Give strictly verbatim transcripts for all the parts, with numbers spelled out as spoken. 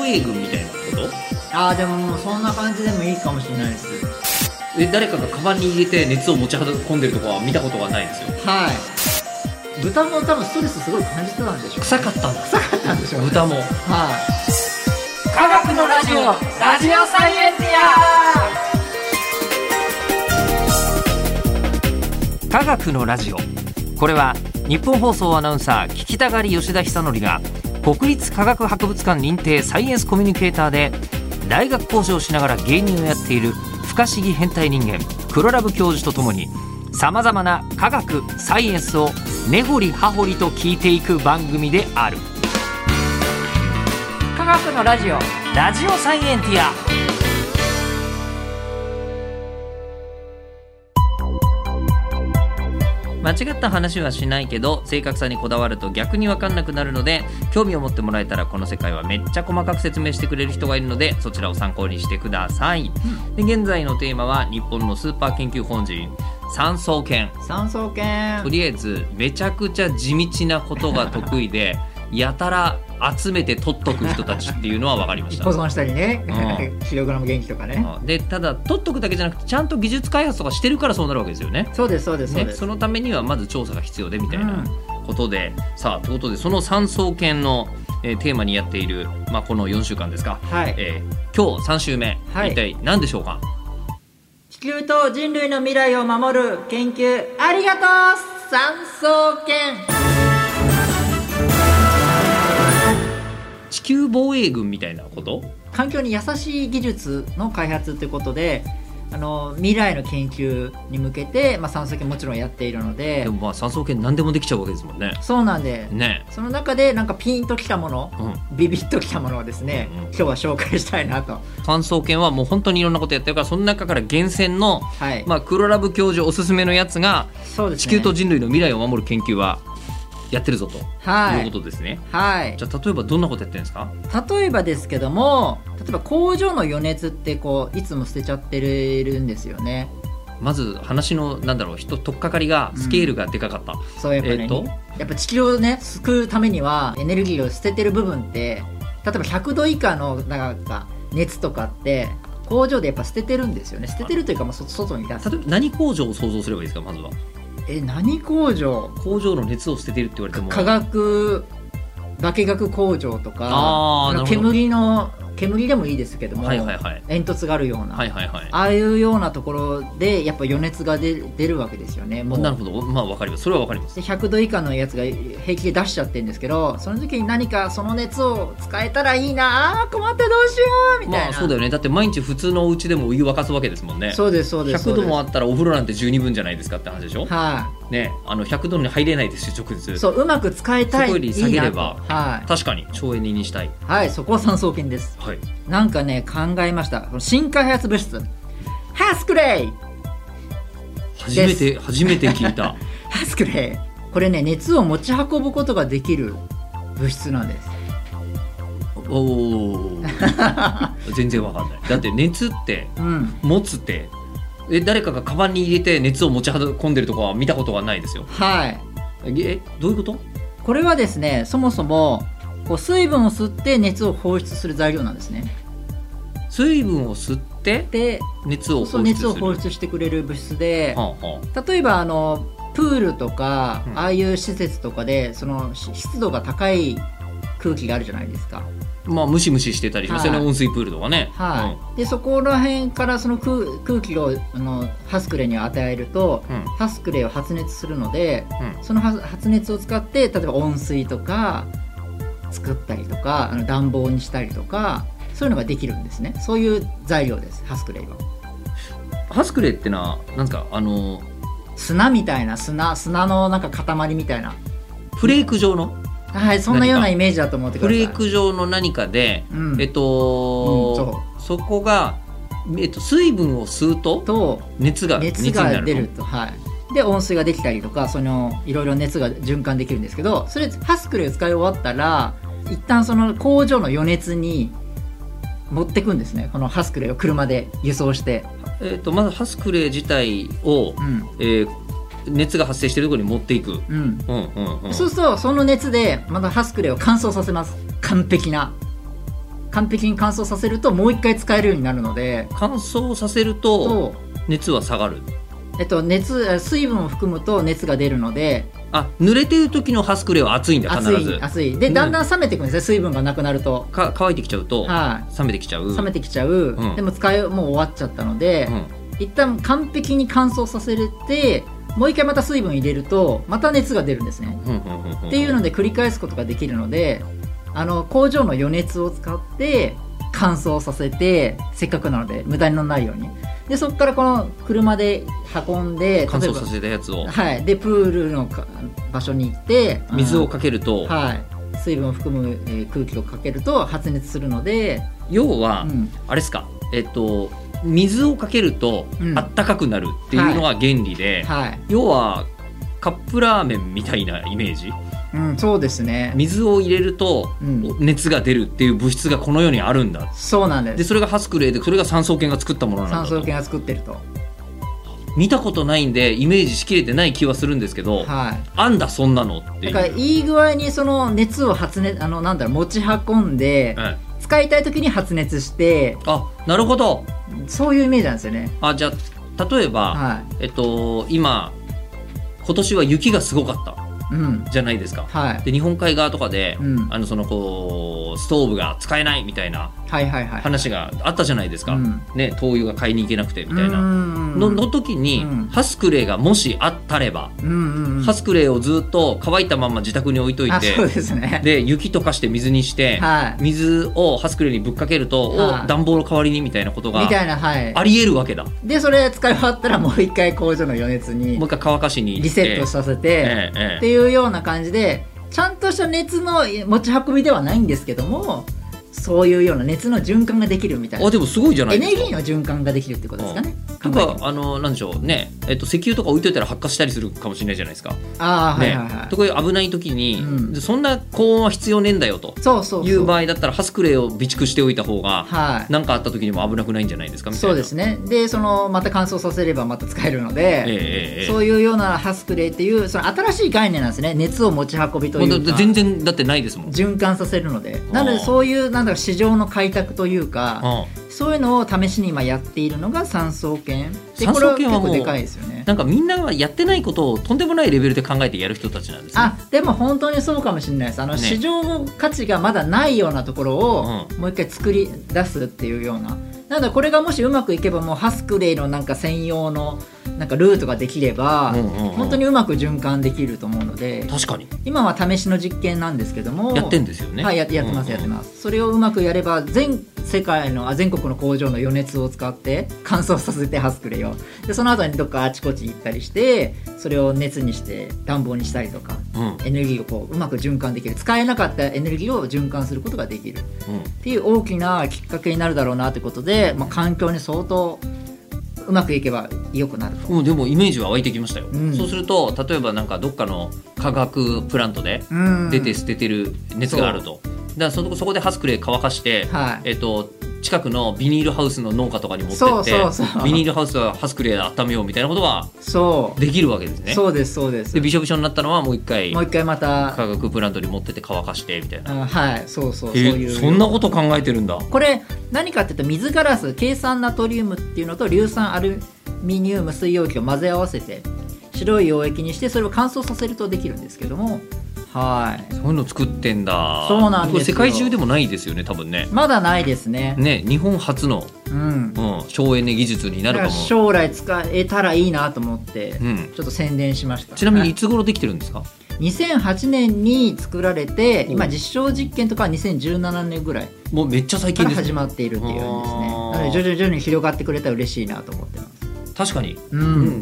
衛軍みたいなこと？ あーでももうそんな感じでもいいかもしれないです。 え誰かがカバンに入れて熱を持ち運んでるとこは見たことがないですよ。 はい。豚も多分ストレスすごい感じてたんでしょう、ね、 臭かったんだ。 臭かったんでしょう、ね、 豚も。 はい。科学のラジオ、ラジオサイエンティア。科学のラジオ、これは日本放送アナウンサー聞きたがり吉田久典が国立科学博物館認定サイエンスコミュニケーターで大学講師をしながら芸人をやっている不可思議変態人間黒ラブ教授とともにさまざまな科学サイエンスを根掘り葉掘りと聞いていく番組である。 科学のラジオ、 ラジオサイエンティア。間違った話はしないけど正確さにこだわると逆に分かんなくなるので、興味を持ってもらえたらこの世界はめっちゃ細かく説明してくれる人がいるので、そちらを参考にしてください、うん、で現在のテーマは日本のスーパー研究法人産総研。 産総研、 とりあえずめちゃくちゃ地道なことが得意でやたら集めて取っとく人たちっていうのは分かりました保存したりね、 うん、 キログラム元気とかね、 うん、でただ取っとくだけじゃなくてちゃんと技術開発とかしてるからそうなるわけですよね。 そうですそうですそうです、 ね、そのためにはまず調査が必要でみたいなことで、 うん、 さあということでその産総研の、えー、テーマにやっている、まあ、このよんしゅうかんですか、 はい、 えー、今日さん週目、はい、一体何でしょうか。 地球と人類の未来を守る研究ありがとう産総研。 地球防衛軍みたいなこと？ 環境に優しい技術の開発ということで、あの未来の研究に向けて、まあ、産総研もちろんやっているので。 でもまあ産総研何でもできちゃうわけですもんね。 そうなんで、 ね、 その中でなんかピンときたもの、うん、ビビッときたものをですね、うんうん、今日は紹介したいなと。 産総研はもう本当にいろんなことやってるから、その中から厳選の、はい、まあ、黒ラブ教授おすすめのやつが、そうですね、地球と人類の未来を守る研究はやってるぞと、はい、いうことですね。 はい。 じゃあ例えばどんなことやってるんですか？ 例えばですけども、例えば工場の余熱ってこういつも捨てちゃってるんですよね。 まず話のなんだろう、人とっかかりがスケールがでかかった、うん、 そうやっぱね、えーと、やっぱ地球をね救うためにはエネルギーを捨ててる部分って、例えばひゃくど以下のなんか熱とかって工場でやっぱ捨ててるんですよね。捨ててるというか、まあ、外に出す。 例えば何工場を想像すればいいですか？まずはえ何工場？ 工場の熱を捨ててるって言われても、 化学化学工場とか、 あ煙の煙でもいいですけども、 はいはいはい、 煙突があるような、 はいはいはい、 ああいうようなところでやっぱ余熱が 出, 出るわけですよね。もうなるほど、まあ分かります。それは分かります。 でひゃくど以下のやつが平気で出しちゃってるんですけど、その時に何かその熱を使えたらいいな、あ困ってどうしようみたいな、 まあ、そうだよね。だって毎日普通のお家でもお湯沸かすわけですもんね。 そうですそうです。 ひゃくどもあったらお風呂なんて十二分じゃないですかって話でしょ。 はい、 ね、あのひゃくどに入れないですし直接。 そう、うまく使いたい、 そこより下げれば、 はい、 確かに省エネにしたい。 はい、そこは産総研です。 はい、 なんかね考えました。新開発物質ハスクレイ、 初めて初めて聞いたハスクレイ、これね熱を持ち運ぶことができる物質なんです。 お全然わかんない。だって熱って、うん、持つってえ誰かがカバンに入れて熱を持ち運んでるとこは見たことがないですよ。 はい。 えどういうこと？ これはですね、そもそもこう水分を吸って熱を放出する材料なんですね。 水分を吸ってで熱を放出する。 そう、熱を放出してくれる物質で、はあはあ、例えばあのプールとか、うん、ああいう施設とかでその湿度が高い空気があるじゃないですか。 まあ、ムシムシしてたりしますよね、はい、温水プールとかね、 はい、うん、でそこら辺からその 空, 空気をあのハスクレイに与えると、うん、ハスクレイを発熱するので、うん、その発熱を使って例えば温水とか作ったりとか、あの暖房にしたりとか、そういうのができるんですね。そういう材料です、ハスクレイは。 ハスクレイってのはなんですか？あの砂みたいな 砂, 砂のなんか塊みたいなフレーク状の、 はい、そんなようなイメージだと思ってください。 フレーク状の何かで、うん、えっと、うん、そ, そこが、えっと、水分を吸うとと熱が熱が出ると、はい、で温水ができたりとか、そのいろいろ熱が循環できるんですけど、それハスクレイを使い終わったら一旦その工場の余熱に持ってくんですね。このハスクレイを車で輸送して、 えっと、まずハスクレイ自体を、うん、えー熱が発生しているところに持っていく、うんうんうんうん、そうするとその熱でまたハスクレイを乾燥させます。完璧な完璧に乾燥させるともう一回使えるようになるので、 乾燥させると熱は下がる。 えっと、熱水分を含むと熱が出るので、 あ、濡れてる時のハスクレイは熱いんだ、必ず。 熱い熱いで、だんだん冷めていくんですね、水分がなくなると。 か乾いてきちゃうと、 はい、冷めてきちゃう冷めてきちゃう、うん、でも使いもう終わっちゃったので、うん、一旦完璧に乾燥させてもう一回また水分入れるとまた熱が出るんですね、うんうんうんうん、っていうので繰り返すことができるので、あの工場の余熱を使って乾燥させて、せっかくなので無駄のないように、でそこからこの車で運んで乾燥させたやつを、 はい、でプールの場所に行って水をかけると、 はい、水分を含む、えー、空気をかけると発熱するので、 要は、うん、あれですか、えっと水をかけるとあったかくなるっていうのが原理で、うん、はいはい、要はカップラーメンみたいなイメージ。 うん、そうですね。 水を入れると熱が出るっていう物質がこの世にあるんだ、うん、 そうなんです。 でそれがハスクレイで、それが産総研が作ったものなんだと。 産総研が作ってると。 見たことないんでイメージしきれてない気はするんですけど、はい、あんだそんなのっていう。 だからいい具合にその熱を発熱、あのなんだろう、持ち運んで、はい、使いたい時に発熱して。 あ、なるほど、 そういうイメージなんですよね。 あ、じゃあ例えば、はい、えっと今今年は雪がすごかった、うん、じゃないですか、はい、で日本海側とかで、うん、あのそのこうストーブが使えないみたいな話があったじゃないですか、はいはいはい、ね、灯油が買いに行けなくてみたいな の, の時に、うん、ハスクレイがもしあったれば、うんうんうん、ハスクレイをずっと乾いたまま自宅に置いといて、 そうですね、 で雪溶かして水にして、はい、水をハスクレイにぶっかけると、はい、暖房の代わりにみたいなことがみたいな、はい、 ありえるわけだ。 でそれ使い終わったらもう一回工場の余熱にもう一回乾かしに行ってリセットさせて、ええええ、っていうような感じで、ちゃんとした熱の持ち運びではないんですけども、そういうような熱の循環ができるみたいな。 あ、でもすごいじゃないですか。 エネルギーの循環ができるってことですかね。 とか、あのなんでしょうね、えっと、石油とか置いといたら発火したりするかもしれないじゃないですか。 あ、ね、はいはいはい。 とこういう危ない時に、うん、そんな高温は必要ねえんだよという場合だったら、ハスクレイを備蓄しておいた方が何、はい、かあった時にも危なくないんじゃないですかみたいな。 そうですね。でそのまた乾燥させればまた使えるので、えー、そういうようなハスクレイっていうその新しい概念なんですね。熱を持ち運びというか全然だってないですもん。 循環させるので、なのでそういうなんだろう、市場の開拓というか、そういうのを試しに今やっているのが産総研で、これは結構でかいですよね。 なんかみんなはやってないことをとんでもないレベルで考えてやる人たちなんですね。 あ、でも本当にそうかもしれないです。あの、ね、市場価値がまだないようなところをもう一回作り出すっていうような、なんだこれがもしうまくいけば、もうハスクレイのなんか専用のなんかルートができれば、うんうんうん、本当にうまく循環できると思うので、 確かに今は試しの実験なんですけども、 やってんですよね。 はい、や, やってますやってます、うんうん、それをうまくやれば全世界のあ全国の工場の余熱を使って乾燥させて、ハスクレイをでその後にどっかあちこち行ったりして、それを熱にして暖房にしたりとか、うん、エネルギーをこううまく循環できる、使えなかったエネルギーを循環することができる、うん、っていう大きなきっかけになるだろうなということで、まあ、環境に相当うまくいけば良くなると。 うん、でもイメージは湧いてきましたよ、うん、そうすると例えばなんかどっかの化学プラントで出て捨ててる熱があると、だから そ, そこでハスクレイ乾かして、はい、えっと近くのビニールハウスの農家とかに持ってって、そうそうそう、ビニールハウスはハスクレイで温めようみたいなことができるわけですね。 そうですそうです。 でびしょびしょになったのはもう一回もう一回また化学プラントに持ってって乾かしてみたいな。 あ、はい、そうそう、そういう。そんなこと考えてるんだ。 これ何かっていうと、水ガラス、計酸ナトリウムっていうのと硫酸アルミニウム水溶液を混ぜ合わせて白い溶液にして、それを乾燥させるとできるんですけども、はい、 そういうの作ってんだ。 そうなんですよ。 これ世界中でもないですよね、多分ね。 まだないですね。 ね、日本初の、うんうん、省エネ技術になるかも。 将来使えたらいいなと思って、うん、ちょっと宣伝しました。 ちなみにいつ頃できてるんですか？ にせんはちねんに作られて、今実証実験とかはにせんじゅうななねんぐらいもうめっちゃ最近です、ね、 始まっているっていうんですね。なので徐々に徐々に広がってくれたら嬉しいなと思ってます。 確かに、うんうん、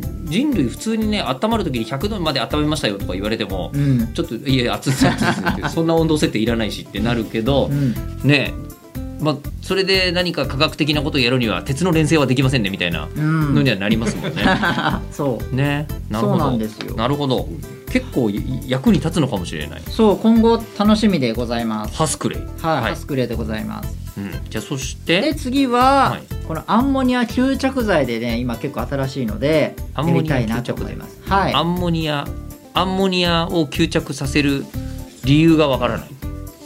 人類普通にね、温まるときにひゃくどまで温めましたよとか言われても、うん、ちょっといや熱い熱いってそんな温度設定いらないしってなるけど、うん、ね、まあ、それで何か科学的なことをやるには鉄の連成はできませんねみたいなのにはなりますもんね、うん、 そうね、なるほど、 そうなんですよ。 なるほど、結構役に立つのかもしれない。 そう、今後楽しみでございます。 ハスクレイ、 はい、はい、ハスクレイでございます、 うん、じゃあそしてで次は、はい、このアンモニア吸着剤でね、今結構新しいのでやりたいなと思います。はい、 アンモニアアンモニアを吸着させる理由がわからない。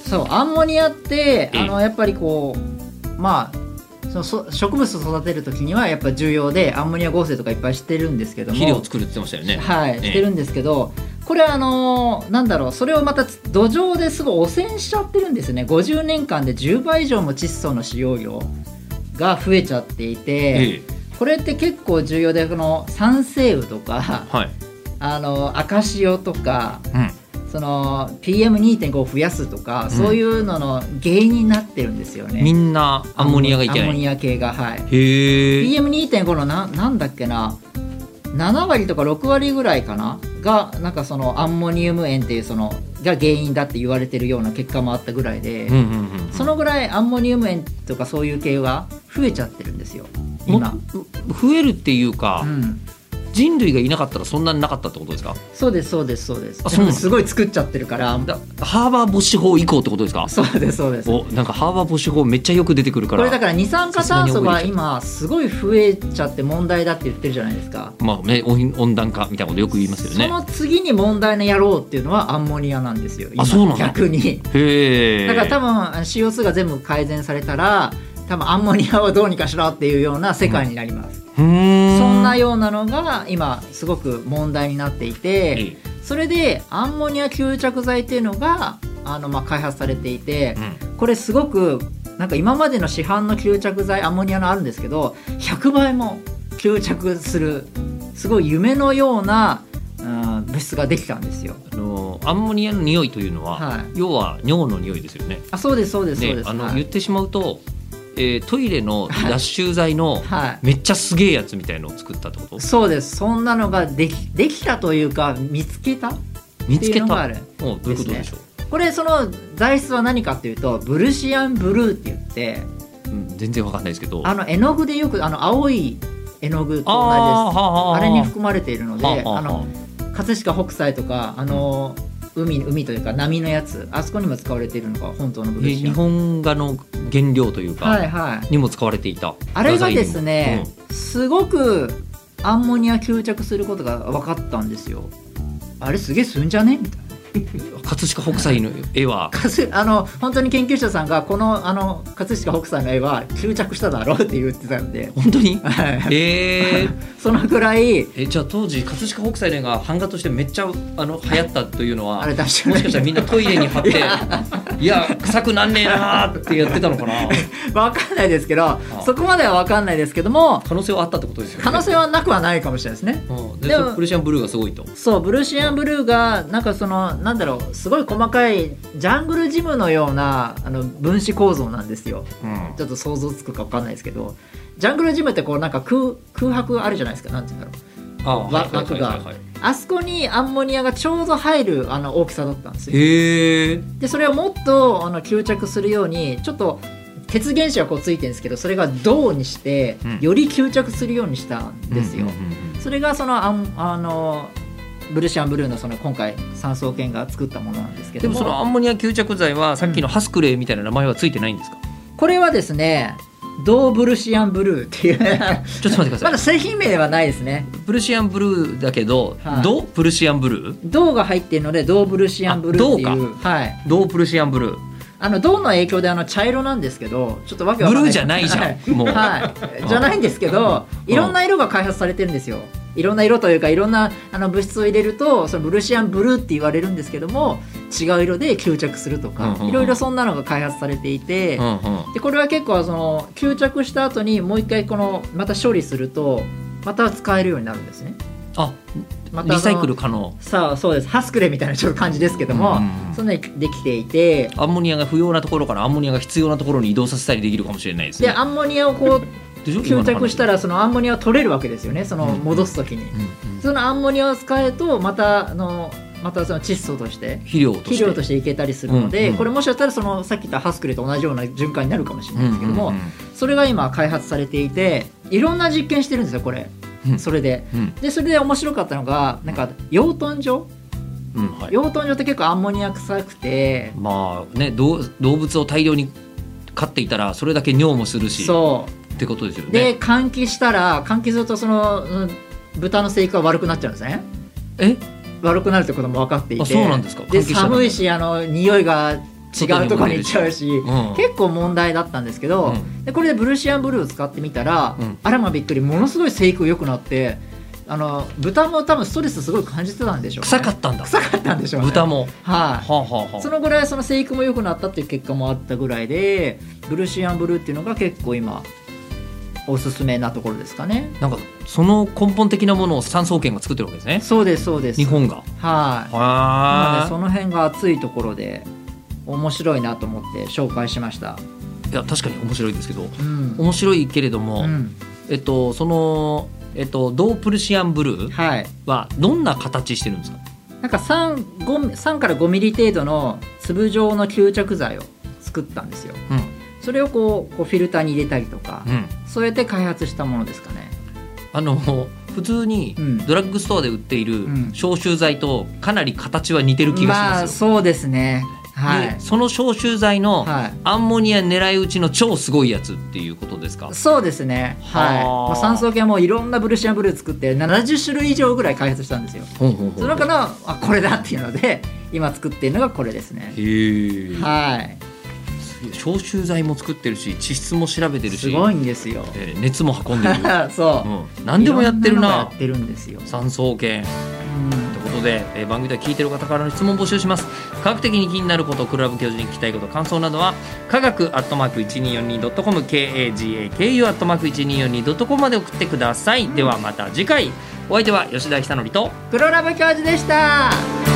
そうアンモニアってええあのやっぱりこうまあそのそ植物を育てる時にはやっぱ重要でアンモニア合成とかいっぱいしてるんですけども、 肥料を作るって言ってましたよね。 はい、 ええしてるんですけど、これあのーなんだろう、それをまた土壌ですごい汚染しちゃってるんですね。ごじゅうねんかんでじゅうばい以上も窒素の使用量が増えちゃっていて、 ええこれって結構重要で、この酸性雨とかはいあの赤潮とか、 うんその ピーエムにてんご を増やすとか、うん、そういうのの原因になってるんですよね。 みんなアンモニアがいけない。 アンモニア系が、はい。 へーピーエムにてんご のな、なんだっけな、ななわりとかろくわりぐらいかなが、なんかそのアンモニウム塩っていうそのが原因だって言われてるような結果もあったぐらいで、 うんうんうんうん、 そのぐらいアンモニウム塩とかそういう系が増えちゃってるんですよ今。 増えるっていうか、 うん、 人類がいなかったらそんなになかったってことですか？ そうですそうですそうです。 あ、そうなんです。 すごい作っちゃってるからだハーバーボッシュ法以降ってことですか？ そうですそうです。 お、なんかハーバーボッシュ法めっちゃよく出てくるから。 これだから二酸化炭素が今すごい増えちゃって問題だって言ってるじゃないですか。 まあね、温温暖化みたいなことよく言いますけどね。 その次に問題のやろうっていうのはアンモニアなんですよ。 あ、そうなんだ。 逆に。 へー。 だから多分 シーオーツー が全部改善されたら、多分アンモニアをどうにかしろっていうような世界になります。 うん、うーん、 そんなようなのが今すごく問題になっていて、それでアンモニア吸着剤っていうのがあのまあ開発されていて、うん、これすごくなんか今までの市販の吸着剤アンモニアのあるんですけどひゃくばいも吸着するすごい夢のような、うん、物質ができたんですよ。 あのアンモニアの匂いというのは、はい、要は尿の匂いですよね。 あ、そうですそうですそうです。 あの、 はい、 言ってしまうと、えー、トイレの脱臭剤のめっちゃすげえやつみたいのを作ったってこと？ そうです。そんなのができ、できたというか見つけた見つけた。 ある、 お、どういうことでしょう？ これその材質は何かっていうとブルシアンブルーって言って、 うん、全然わかんないですけど、 あの絵の具でよくあの青い絵の具と同じです。 あ, あれに含まれているので、ああの葛飾北斎とかあの、うん、海, 海というか波のやつ、あそこにも使われているのが本当のブルシアン。 日本画の原料というか、はいはい、にも使われていた。 あれがですね、うん、すごくアンモニア吸着することが分かったんですよ。あれすげえすんじゃねみたいな。 葛飾北斎の絵はあの本当に研究者さんがこのあの葛飾北斎の絵は吸着しただろうって言ってたんで。 本当に？えー、 そのくらい。 えじゃあ当時葛飾北斎の絵が版画としてめっちゃあの流行ったというのは、 あれもしかしたらみんなトイレに貼っていや臭くなんねえなーってやってたのかな。 分かんないですけど、そこまでは分かんないですけども、 可能性はあったってことですよね。 可能性はなくはないかもしれないですね。 うん、ででもブルシアンブルーがすごいと。 そう、ブルシアンブルーがなんかそのなんだろう、すごい細かいジャングルジムのようなあの分子構造なんですよ、うん、ちょっと想像つくか分かんないですけど、ジャングルジムってこうなんか 空, 空白あるじゃないですか、なんていうんだろう、あ枠が、あそこにアンモニアがちょうど入るあの大きさだったんですよ。 へー。 でそれをもっとあの吸着するようにちょっと鉄原子がこうついてるんですけど、それが銅にして、うん、より吸着するようにしたんですよ、うんうんうんうん、それがそのああのブルシアンブルーのその今回産総研が作ったものなんですけども、 でもそのアンモニア吸着剤はさっきのハスクレーみたいな名前はついてないんですか？ うん、これはですね、銅ブルシアンブルーっていうちょっと待ってください。まだ製品名ではないですね。 ブルシアンブルーだけど、はい、銅ブルシアンブルー、 銅が入っているので銅ブルシアンブルーっていう、 銅か、はい、銅ブルシアンブルー、 あの銅の影響であの茶色なんですけど、ちょっとわけわかんない、 ブルーじゃないじゃんもう、 はい、じゃないんですけど、いろんな色が開発されてるんですよ。いろんな色というかいろんなあの物質を入れるとそのブルシアンブルーって言われるんですけども、違う色で吸着するとか、いろいろそんなのが開発されていて、うんうん、でこれは結構その吸着した後にもう一回このまた処理するとまた使えるようになるんですね。 あ、またリサイクル可能。 さあ、そうです。ハスクレみたいなちょっと感じですけども、うんうん、そんなにできていて、 アンモニアが不要なところからアンモニアが必要なところに移動させたりできるかもしれないですね。 でアンモニアをこう吸着したらそのアンモニアを取れるわけですよね、その戻すときに、うんうん、そのアンモニアを使うとまたあのまたその窒素として肥料として、 肥料としていけたりするので、うんうん、これもしかしたらそのさっき言ったハスクレと同じような循環になるかもしれないですけども、うんうんうん、それが今開発されていて、いろんな実験してるんですよこれ、うん、それで、うん、でそれで面白かったのがなんか養豚場、うんはい、養豚場って結構アンモニア臭くて、 まあね、動物を大量に飼っていたらそれだけ尿もするし、そうってことですよね。 で換気したら換気するとその豚の生育が悪くなっちゃうんですね。 え悪くなるってことも分かっていて、 あ、そうなんですか。 で寒いしあの匂いが違うところに行っちゃうし、 うん、 結構問題だったんですけど、うん、でこれでブルシアンブルーを使ってみたら、うん、あらまびっくり、ものすごい生育良くなって、あの豚も多分ストレスすごい感じてたんでしょうね。 臭かったんだ。 臭かったんでしょうね。 豚も、 はい、はあはあ、そのぐらいその生育も良くなったっていう結果もあったぐらいで、ブルシアンブルーっていうのが結構今おすすめなところですかね。 なんかその根本的なものを産総研が作ってるわけですね。 そうですそうです。 日本が、 はい、あ、なのでその辺が熱いところで面白いなと思って紹介しました。 いや確かに面白いですけど、 うん、 面白いけれども、うん、えっとそのえっと、ドープルシアンブルーはどんな形してるんですか？ なんか 3, さんからごミリ程度の粒状の吸着剤を作ったんですよ、うん、それをこう、こうフィルターに入れたりとか、うん、そうやって開発したものですかね。 あの普通にドラッグストアで売っている消臭剤とかなり形は似てる気がしますよ、 まあ、そうですね、はい、 でその消臭剤のアンモニア狙い撃ちの超すごいやつっていうことですか？ そうですね、はい、もう産総研はもういろんなブルシアンブルー作ってななじゅっしゅるい以上ぐらい開発したんですよ。ほうほうほう、その中のあこれだっていうので今作っているのがこれですね。 へー、 はい、 消臭剤も作ってるし地質も調べてるしすごいんですよ、 えー、熱も運んでるそう、 うん、何でもやってるな。 やってるんですよ産総研、うん、ということで、えー、番組では聞いてる方からの質問を募集します。科学的に気になること、クラブ教授に聞きたいこと、感想などは科学アットマーク いちにーよんにードットコム カガク アットマーク いちにーよんにードットコム まで送ってください、うん、ではまた次回。お相手は吉田久典と黒ラブ教授でした。